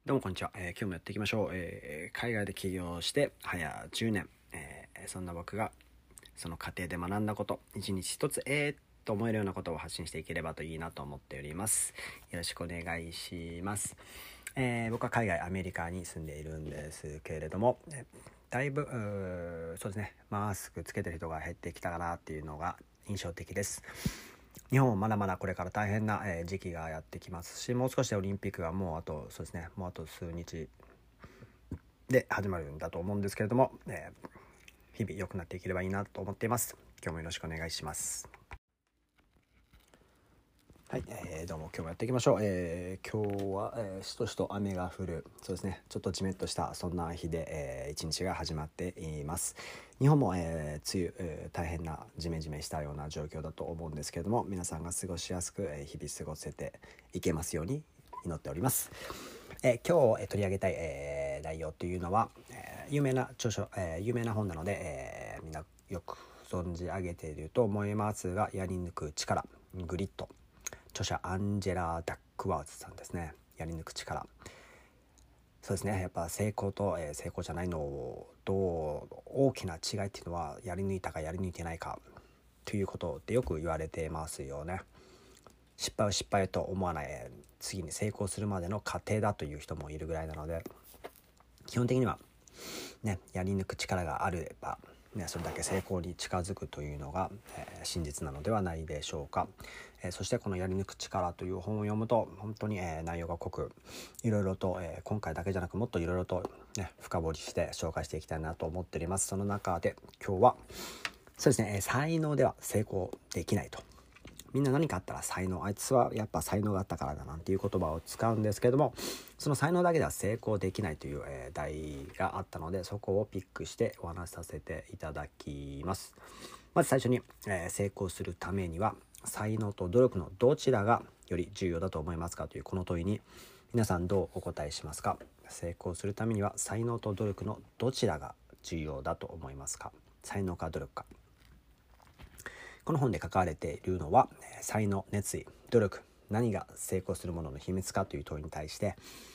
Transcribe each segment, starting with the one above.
どうもこんにちは、今日もやっていきましょう、海外で起業して早10年、そんな僕がその過程で学んだこと一日一つと思えるようなことを発信していければといいなと思っております。よろしくお願いします。僕は海外アメリカに住んでいるんですけれども、だいぶそうですね、マスクつけてる人が減ってきたかなっていうのが印象的です。日本はまだまだこれから大変な時期がやってきますし、もう少しでオリンピックがもうあと数日で始まるんだと思うんですけれども、日々良くなっていければいいなと思っています。今日もよろしくお願いします。はい、どうも今日もやっていきましょう。今日は、しとしと雨が降る、そうですね、ちょっとジメッとしたそんな日で、一日が始まっています。日本も、梅雨、大変なジメジメしたような状況だと思うんですけれども、皆さんが過ごしやすく、日々過ごせていけますように祈っております。今日、取り上げたい、内容というのは、有名な著書、有名な本なので、みんなよく存じ上げていると思いますが、やり抜く力、グリッド、著者アンジェラ・ダックワーズさんですね。やり抜く力、そうですね、やっぱ成功と、成功じゃないのと大きな違いっていうのは、やり抜いたかやり抜いてないかということってよく言われてますよね。失敗を失敗と思わない、次に成功するまでの過程だという人もいるぐらいなので、基本的にはね、やり抜く力があれば、ね、それだけ成功に近づくというのが、真実なのではないでしょうか。そしてこのやり抜く力という本を読むと本当に、内容が濃く、いろいろと、今回だけじゃなくもっといろいろと、ね、深掘りして紹介していきたいなと思っております。その中で今日はそうですね、才能では成功できないと。みんな何かあったら才能、あいつはやっぱ才能があったからだなんていう言葉を使うんですけれども、その才能だけでは成功できないという、題があったので、そこをピックしてお話しさせていただきます。まず最初に、成功するためには才能と努力のどちらがより重要だと思いますかというこの問いに、皆さんどうお答えしますか。成功するためには才能と努力のどちらが重要だと思いますか。才能か努力か。この本で書かれているのは、才能、熱意、努力、何が成功するものの秘密かという問いに対して、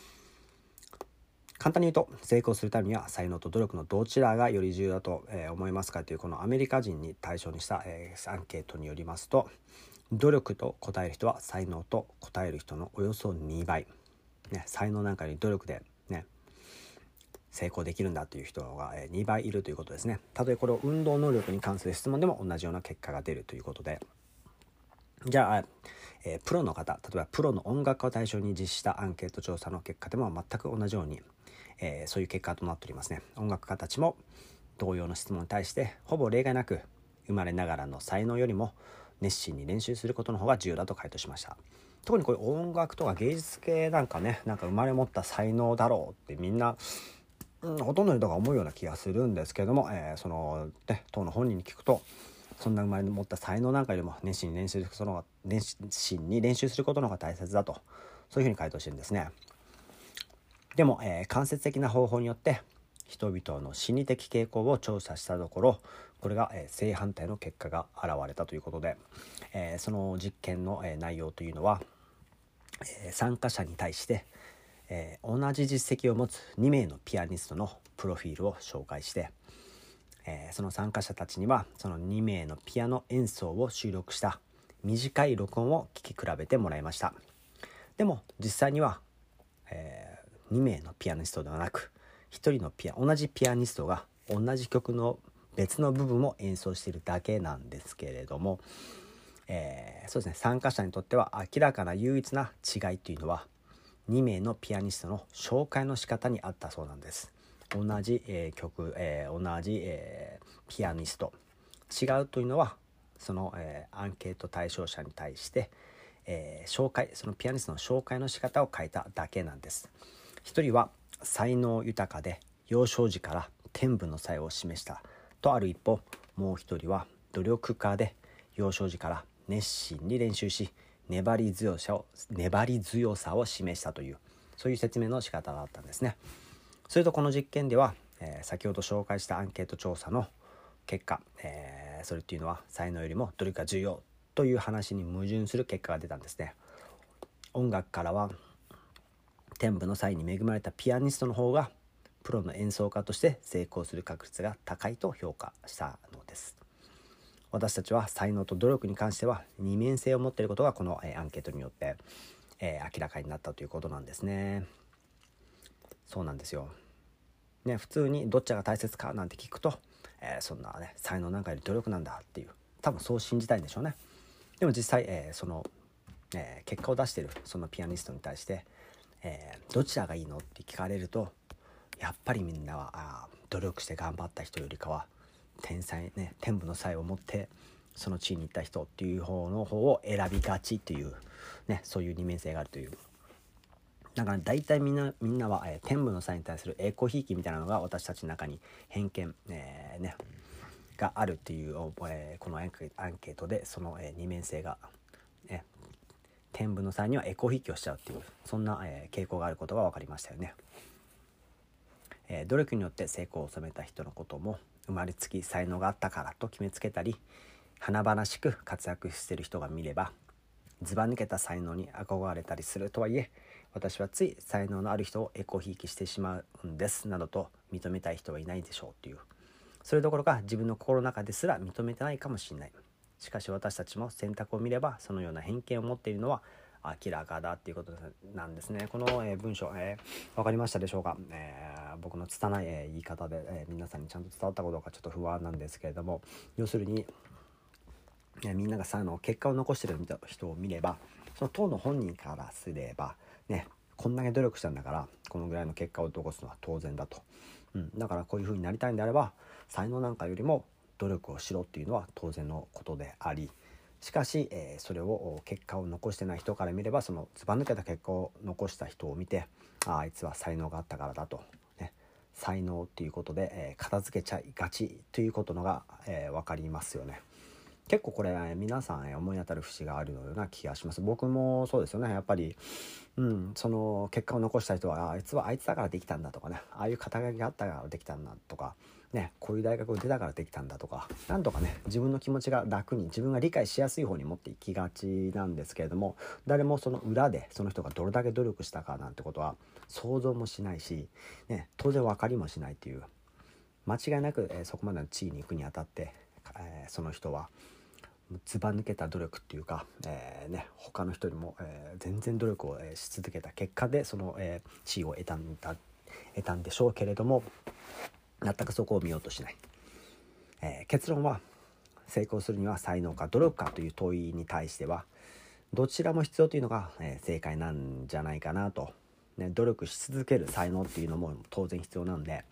簡単に言うと、成功するためには才能と努力のどちらがより重要だと思いますかというこのアメリカ人に対象にしたアンケートによりますと、努力と答える人は才能と答える人のおよそ2倍、ね、才能なんかより努力でね成功できるんだという人が2倍いるということですね。たとえこれを運動能力に関する質問でも同じような結果が出るということで、じゃあ、プロの方、例えばプロの音楽家を対象に実施したアンケート調査の結果でも全く同じように、そういう結果となっておりますね。音楽家たちも同様の質問に対してほぼ例外なく、生まれながらの才能よりも熱心に練習することの方が重要だと回答しました。特にこういう音楽とか芸術系なんかね、なんか生まれ持った才能だろうってみんな、ほとんどの人が思うような気がするんですけれども、そのね、当の本人に聞くと、そんな生まれ持った才能なんかよりも熱心に練習することの方が大切だと、そういうふうに回答してるんですね。でも、間接的な方法によって人々の心理的傾向を調査したところ、これが、正反対の結果が現れたということで、その実験の、内容というのは、参加者に対して、同じ実績を持つ2名のピアニストのプロフィールを紹介して、その参加者たちにはその2名のピアノ演奏を収録した短い録音を聞き比べてもらいました。でも実際には、2名のピアニストではなく、1人の同じピアニストが同じ曲の別の部分を演奏しているだけなんですけれども、そうですね、参加者にとっては明らかな唯一な違いというのは2名のピアニストの紹介の仕方にあったそうなんです。同じ、曲、同じ、ピアニスト、違うというのはその、アンケート対象者に対して、そのピアニストの紹介の仕方を変えただけなんです。一人は才能豊かで幼少時から天賦の才を示したとある一方、もう一人は努力家で幼少時から熱心に練習し粘り強さを示したという、そういう説明の仕方だったんですね。それとこの実験では、先ほど紹介したアンケート調査の結果、それっていうのは才能よりも努力が重要という話に矛盾する結果が出たんですね。音楽からは天賦の才に恵まれたピアニストの方がプロの演奏家として成功する確率が高いと評価したのです。私たちは才能と努力に関しては二面性を持っていることがこのアンケートによって明らかになったということなんですね。そうなんですよ。ね、普通にどっちが大切かなんて聞くと、そんなね才能なんかより努力なんだっていう多分そう信じたいんでしょうね。でも実際、その、結果を出しているそのピアニストに対して、どちらがいいのって聞かれるとやっぱりみんなは努力して頑張った人よりかは天賦の才を持ってその地位に行った人っていう方を選びがちという、ね、そういう二面性があるという。だから大体みんなは、天賦の才に対する栄光ひいきみたいなのが私たちの中に偏見、があるっていう、このアンケートでその、二面性が、天賦の才には栄光ひいきをしちゃうっていうそんな、傾向があることが分かりましたよね。努力によって成功を収めた人のことも生まれつき才能があったからと決めつけたり華々しく活躍している人が見ればずば抜けた才能に憧れたりするとはいえ私はつい才能のある人をエコひいきしてしまうんですなどと認めたい人はいないでしょうっていう、それどころか自分の心の中ですら認めてないかもしれない。しかし私たちも選択を見ればそのような偏見を持っているのは明らかだっていうことなんですね。この、文章、分かりましたでしょうか。僕の拙い、言い方で、皆さんにちゃんと伝わったことがちょっと不安なんですけれども、要するに、みんなが結果を残している人を見ればその当の本人からすればねこんだけ努力したんだからこのぐらいの結果を残すのは当然だと、だからこういう風になりたいんであれば才能なんかよりも努力をしろっていうのは当然のことであり、しかし、それを結果を残してない人から見ればそのずば抜けた結果を残した人を見てあいつは才能があったからだと、才能っていうことで、片付けちゃいがちということのが、分かりますよね。結構これ、皆さん、思い当たる節があるような気がします。僕もそうですよね。やっぱり、その結果を残した人はあいつだからできたんだとかね、ああいう肩書きがあったからできたんだとかね、こういう大学を出たからできたんだとか、なんとかね自分の気持ちが楽に自分が理解しやすい方に持っていきがちなんですけれども、誰もその裏でその人がどれだけ努力したかなんてことは想像もしないし、当然分かりもしないっていう、間違いなく、そこまでの地位に行くにあたって、その人はずば抜けた努力っていうか、他の人よりも、全然努力を、し続けた結果でその、地位を得たんでしょうけれども、全くそこを見ようとしない。結論は成功するには才能か努力かという問いに対してはどちらも必要というのが、正解なんじゃないかなと、努力し続ける才能っていうのも当然必要なんで、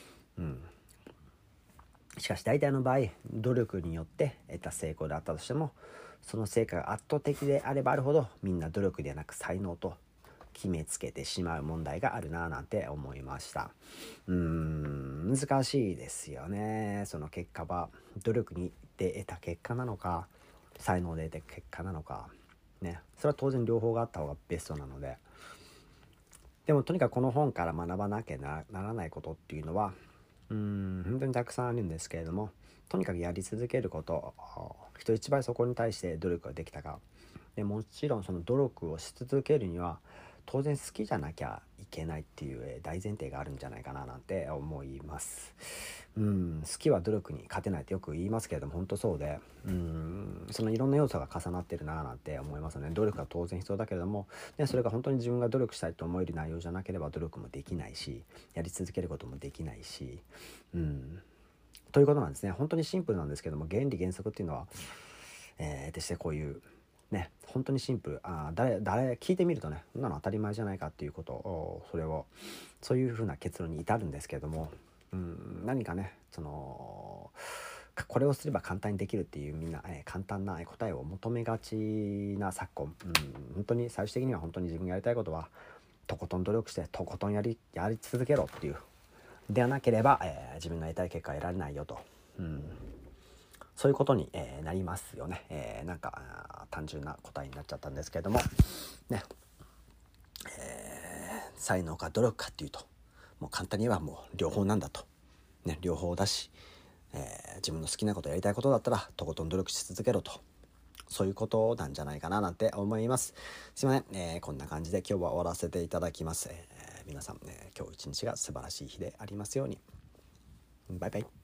しかし大体の場合努力によって得た成功であったとしてもその成果が圧倒的であればあるほどみんな努力ではなく才能と決めつけてしまう問題があるななんて思いました。難しいですよね。その結果は努力で得た結果なのか才能で得た結果なのかね、それは当然両方があった方がベストなので、でもとにかくこの本から学ばなきゃならないことっていうのは本当にたくさんあるんですけれども、とにかくやり続けること、人一倍そこに対して努力ができたかで、もちろんその努力をし続けるには当然好きじゃなきゃいけないっていう大前提があるんじゃないかななんて思います。好きは努力に勝てないってよく言いますけれども本当そうで、そのいろんな要素が重なってるななんて思いますね。努力は当然必要だけれども、それが本当に自分が努力したいと思える内容じゃなければ努力もできないしやり続けることもできないし、ということなんですね。本当にシンプルなんですけども、原理原則っていうのは、決してこういう本当にシンプル、誰聞いてみるとねそんなの当たり前じゃないかっていうことをそういうふうな結論に至るんですけれども、何かねこれをすれば簡単にできるっていうみんな、簡単な答えを求めがちな昨今、本当に最終的には本当に自分がやりたいことはとことん努力してとことんやり続けろっていうではなければ、自分のやりたい結果は得られないよと、そういうことに、なりますよね。なんか単純な答えになっちゃったんですけれどもね、才能か努力かっていうともう簡単に言えばもう両方なんだと、両方だし、自分の好きなことやりたいことだったらとことん努力し続けろと、 そういうことなんじゃないかななんて思います。すいません、こんな感じで今日は終わらせていただきます。皆さん、今日一日が素晴らしい日でありますように。バイバイ。